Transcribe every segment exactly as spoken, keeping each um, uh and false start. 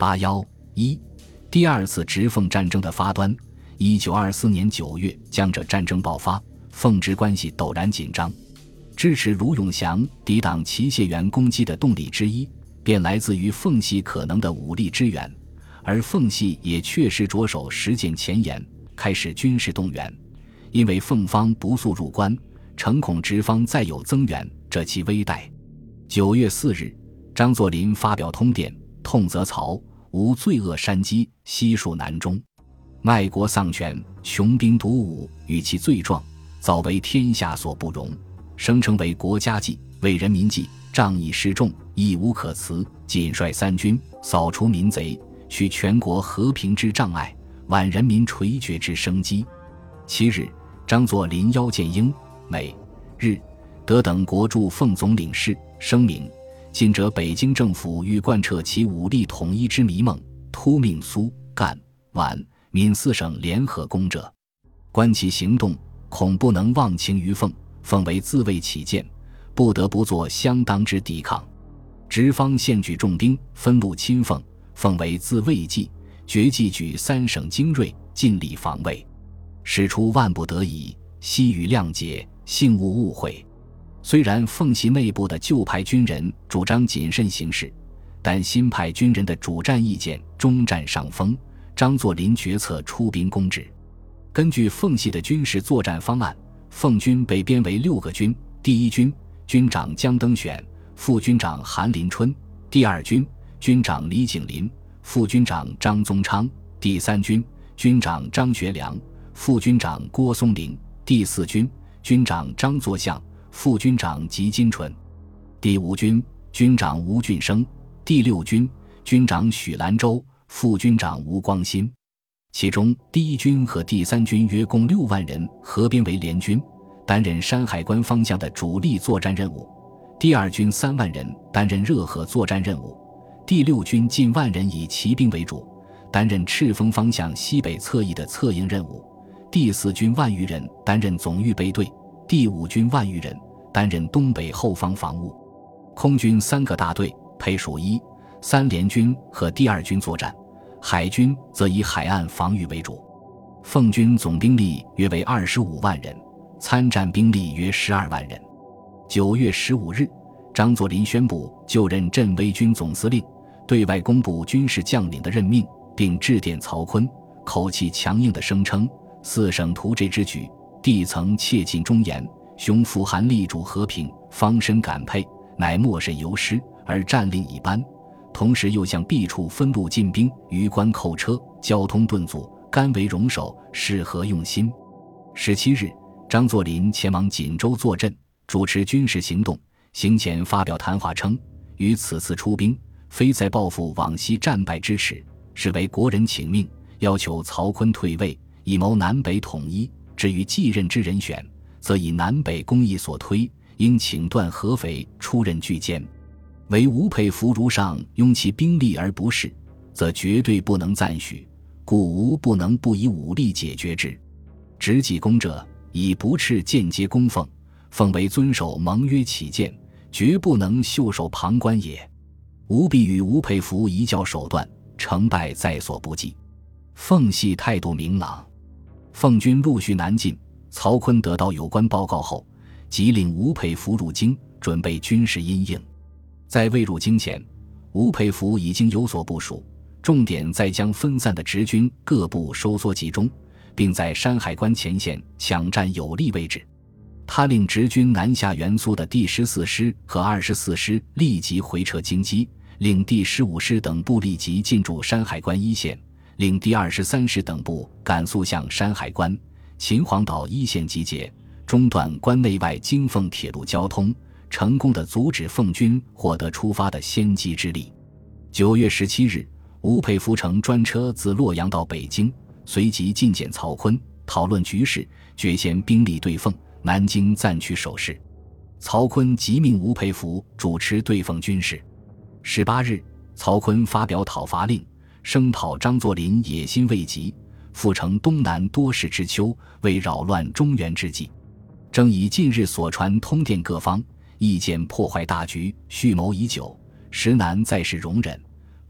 八一一第二次直奉战争的发端，一九二四年九月江浙战争爆发，奉直关系陡然紧张。支持卢永祥抵挡祁谢元攻击的动力之一，便来自于奉系可能的武力支援，而奉系也确实着手实践前沿，开始军事动员。因为奉方不速入关，诚恐直方再有增援，这其危殆。九月四日，张作霖发表通电，痛责曹吴罪恶山积，悉数南中，卖国丧权，穷兵黩武，与其罪状，早为天下所不容，声称为国家计，为人民计，仗义示众，义无可辞，仅率三军，扫除民贼，去全国和平之障碍，挽人民垂绝之生机。七日，张作霖邀见英、美、日、德等国驻奉总领事，声明近者北京政府欲贯彻其武力统一之迷梦，突命苏、赣、皖、闽四省联合攻者，观其行动，恐不能忘情于奉，奉为自卫起见，不得不作相当之抵抗。直方现举重兵，分路侵奉，奉为自卫计，决计举三省精锐，尽力防卫。使出万不得已，悉予谅解，幸勿误会。虽然奉系内部的旧派军人主张谨慎行事，但新派军人的主战意见终占上风，张作霖决策出兵攻之。根据奉系的军事作战方案，奉军被编为六个军：第一军军长江登选，副军长韩林春；第二军军长李景林，副军长张宗昌；第三军军长张学良，副军长郭松龄；第四军军长张作相，副军长吉金纯；第五军军长吴俊升；第六军军长许兰州，副军长吴光新。其中第一军和第三军约共六万人合编为联军，担任山海关方向的主力作战任务；第二军三万人担任热河作战任务；第六军近万人以骑兵为主，担任赤峰方向西北侧翼的策应任务；第四军万余人担任总预备队；第五军万余人担任东北后方防务。空军三个大队配属一、三联军和第二军作战，海军则以海岸防御为主。奉军总兵力约为二十五万人，参战兵力约十二万人。九月十五日，张作霖宣布就任镇威军总司令，对外公布军事将领的任命，并致电曹锟，口气强硬地声称四省图这之举，地曾切尽忠言，兄富含力主和平，方深感佩，乃莫甚由师，而战令一般。同时又向弊处分路进兵，余关扣车，交通顿阻，甘为容首，是何用心？十七日，张作霖前往锦州坐镇，主持军事行动。行前发表谈话称，于此次出兵，非在报复往昔战败之耻，是为国人请命，要求曹锟退位，以谋南北统一。至于继任之人选，则以南北公义所推，应请段合肥出任巨监。唯吴佩孚如上拥其兵力而不是，则绝对不能赞许，故吴不能不以武力解决之。执己攻者，以不斥间接攻奉，奉为遵守盟约起见，绝不能袖手旁观也。吴必与吴佩孚一较手段，成败在所不计。奉系态度明朗。奉军陆续南进，曹锟得到有关报告后，即领吴佩孚入京，准备军事因应。在未入京前，吴佩孚已经有所部署，重点在将分散的直军各部收缩集中，并在山海关前线抢占有利位置。他令直军南下援苏的第十四师和二十四师立即回撤京畿，令第十五师等部立即进驻山海关一线，令第二十三师等部赶速向山海关、秦皇岛一线集结，中断关内外京奉铁路交通，成功地阻止奉军获得出发的先机之力。九月十七日，吴佩孚乘专车自洛阳到北京，随即觐见曹锟，讨论局势，决先兵力对奉，南京暂取守势。曹锟即命吴佩孚主持对奉军事。十八日，曹锟发表讨伐令，声讨张作霖野心未及，复乘东南多事之秋，为扰乱中原之计。正以近日所传通电各方意见破坏大局，蓄谋已久，实难再世容忍，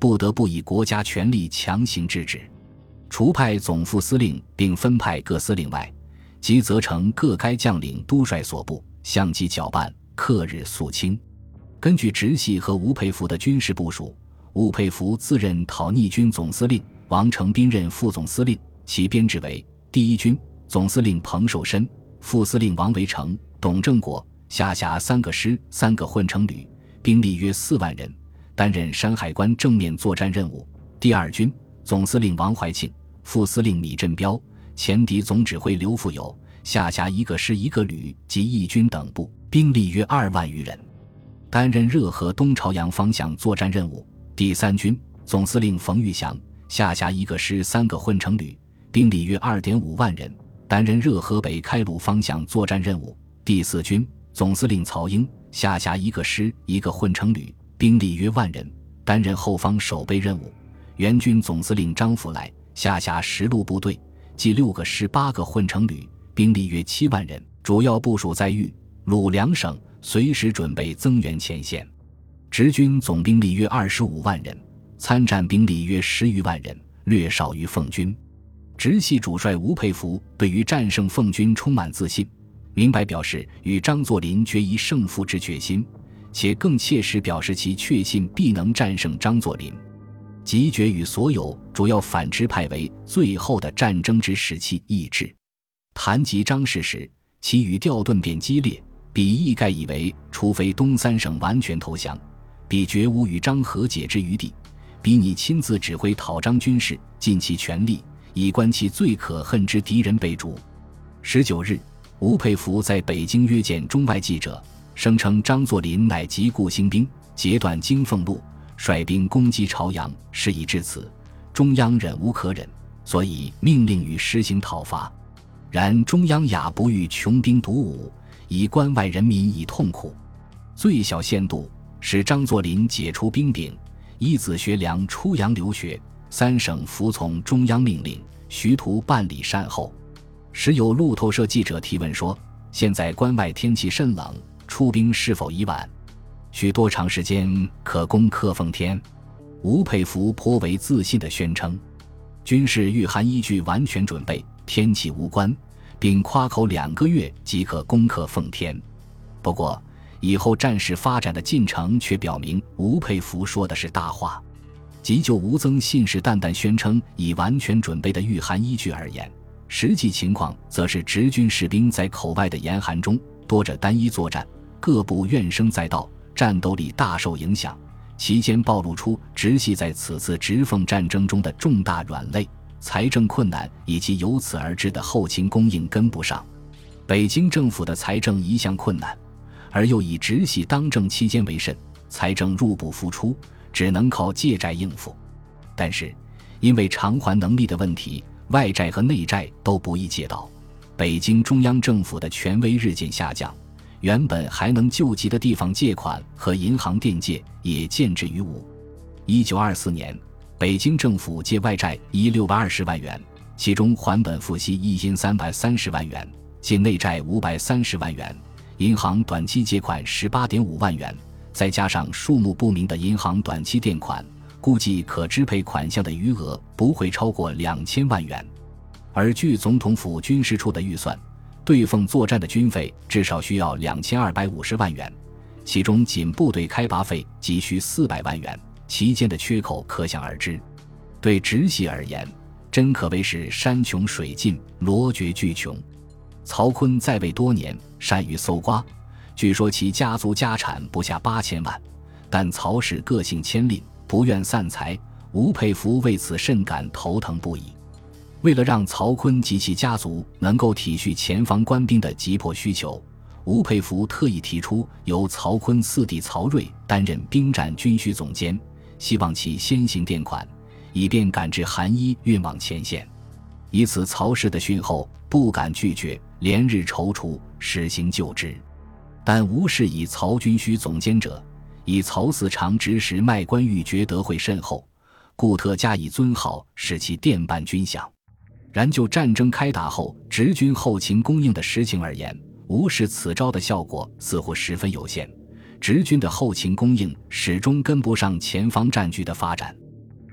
不得不以国家权力强行制止。除派总副司令并分派各司令外，即责成各该将领督率所部，相继搅拌，克日肃清。根据直系和吴佩孚的军事部署，吴佩孚自任讨逆军总司令，王承斌任副总司令，其编制为：第一军总司令彭寿申，副司令王维成、董正国，下辖三个师、三个混成旅，兵力约四万人，担任山海关正面作战任务。第二军总司令王怀庆，副司令米振彪，前敌总指挥刘富友，下辖一个师一个旅及一军等部，兵力约二万余人，担任热河东朝阳方向作战任务。第三军总司令冯玉祥，下辖一个师三个混成旅，兵力约 二点五万人，担任热河北开鲁方向作战任务。第四军总司令曹英，下辖一个师一个混成旅，兵力约万人，担任后方守备任务。援军总司令张福来，下辖十路部队，即六个师八个混成旅，兵力约七万人，主要部署在豫、鲁两省，随时准备增援前线。直军总兵力约二十五万人，参战兵力约十余万人，略少于奉军。直系主帅吴佩孚对于战胜奉军充满自信，明白表示与张作霖决一胜负之决心，且更切实表示其确信必能战胜张作霖，即决与所有主要反支派为最后的战争之时期一致。谈及张氏时，其语调顿变激烈，彼意概以为除非东三省完全投降，彼绝无与张和解之余地，彼拟亲自指挥讨张军事，尽其全力，以观其最可恨之敌人被逐。十九日，吴佩孚在北京约见中外记者，声称张作霖乃急故兴兵，截断京凤路，率兵攻击朝阳，事已至此，中央忍无可忍，所以命令予实行讨伐。然中央雅不欲穷兵黩武，以关外人民以痛苦，最小限度使张作霖解除兵柄，依子学良出洋留学，三省服从中央命令，徐图办理善后。时有路透社记者提问说，现在关外天气甚冷，出兵是否已晚？需多长时间可攻克奉天？吴佩孚颇为自信地宣称，军事御寒依据完全准备，天气无关，并夸口两个月即可攻克奉天。不过以后战事发展的进程却表明吴佩孚说的是大话。即就吴增信誓旦旦宣称以完全准备的御寒依据而言，实际情况则是直军士兵在口外的严寒中多着单一作战，各部怨声载道，战斗力大受影响，其间暴露出直系在此次直奉战争中的重大软肋，财政困难以及由此而至的后勤供应跟不上。北京政府的财政一向困难，而又以直系当政期间为甚，财政入不敷出，只能靠借债应付。但是因为偿还能力的问题，外债和内债都不易借到，北京中央政府的权威日渐下降，原本还能救济的地方借款和银行垫借也见之于无。一九二四年，北京政府借外债一六百二十万元，其中还本付息一因三百三十万元，借内债五百三十万元，银行短期借款十八点五万元，再加上数目不明的银行短期垫款，估计可支配款项的余额不会超过两千万元。而据总统府军事处的预算，对奉作战的军费至少需要两千二百五十万元，其中仅部队开拔费急需四百万元，其间的缺口可想而知。对直系而言，真可谓是山穷水尽，罗绝巨穷。曹锟在位多年，善于搜刮，据说其家族家产不下八千万，但曹氏个性谦吝，不愿散财，吴佩孚为此甚感头疼不已。为了让曹锟及其家族能够体恤前方官兵的急迫需求，吴佩孚特意提出由曹锟四弟曹睿担任兵站军需总监，希望其先行垫款，以便赶制寒衣运往前线。以此曹氏的讯后不敢拒绝，连日踌躇，实行就职。但吴氏以曹军需总监者，以曹嗣长指使卖官鬻爵德惠甚厚，故特加以尊号，使其垫办军饷。然就战争开打后直军后勤供应的实情而言，吴氏此招的效果似乎十分有限，直军的后勤供应始终跟不上前方战局的发展。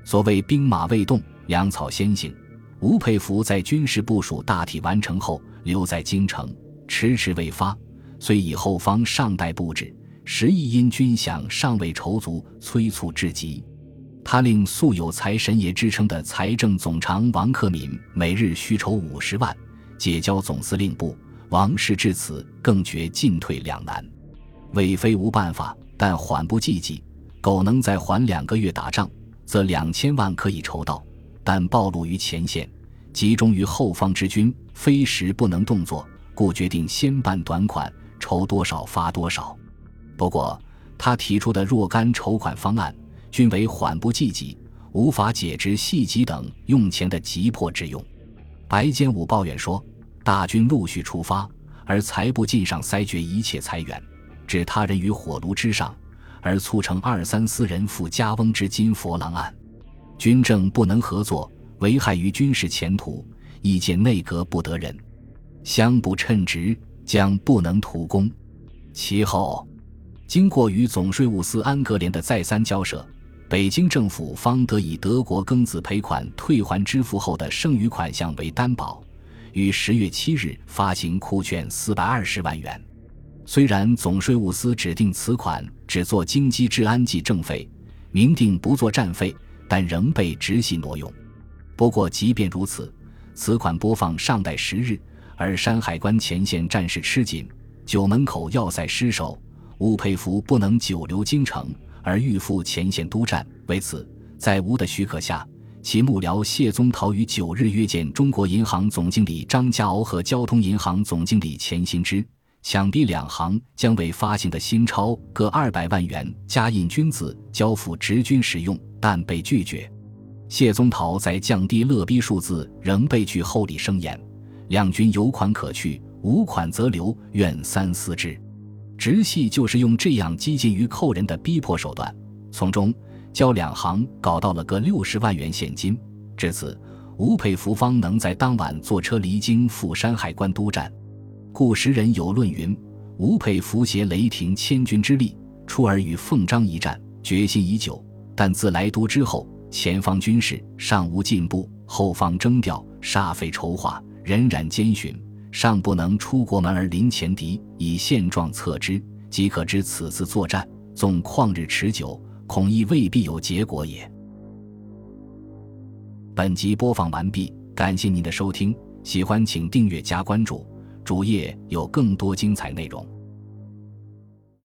所谓兵马未动，粮草先行，吴佩孚在军事部署大体完成后留在京城，迟迟未发，虽以后方尚待布置，实亦因军饷尚未筹足，催促至极。他令素有财神爷之称的财政总长王克敏每日需筹五十万，解交总司令部。王氏至此更觉进退两难，魏非无办法，但缓不济急，苟能再缓两个月打仗，则两千万可以筹到，但暴露于前线，集中于后方之军，非时不能动作，故决定先办短款，筹多少发多少。不过他提出的若干筹款方案均为缓不济急，无法解职细急等用钱的急迫之用。白坚武抱怨说，大军陆续出发，而财部尽上塞绝一切财源，置他人于火炉之上，而促成二三私人赴家翁之金佛郎案，军政不能合作，危害于军事前途，意见内阁不得人，相不称职，将不能图功。其后经过与总税务司安格连的再三交涉，北京政府方得以德国庚子赔款退还支付后的剩余款项为担保，于十月七日发行库券四百二十万元。虽然总税务司指定此款只做京畿治安计政费，明定不做战费，但仍被直系挪用。不过即便如此，此款拨放尚待十日，而山海关前线战事吃紧，九门口要塞失守，吴佩孚不能久留京城，而欲赴前线督战。为此，在吴的许可下，其幕僚谢宗陶于九日约见中国银行总经理张家敖和交通银行总经理钱新之，强逼两行将未发行的新钞各二百万元加印军字交付直军使用，但被拒绝。谢宗陶在降低勒逼数字仍被拒后里声言，两军有款可去，无款则留，愿三思之。直系就是用这样激进于扣人的逼迫手段，从中交两行搞到了个六十万元现金。至此，吴佩孚方能在当晚坐车离京赴山海关督战。故时人有论云，吴佩孚携雷霆千军之力，出而与奉章一战，决心已久，但自来都之后，前方军事尚无进步，后方征调煞费筹划，荏苒艰寻，尚不能出国门而临前敌，以现状测之，即可知此次作战纵旷日持久，恐亦未必有结果也。本集播放完毕，感谢您的收听，喜欢请订阅加关注，主页有更多精彩内容。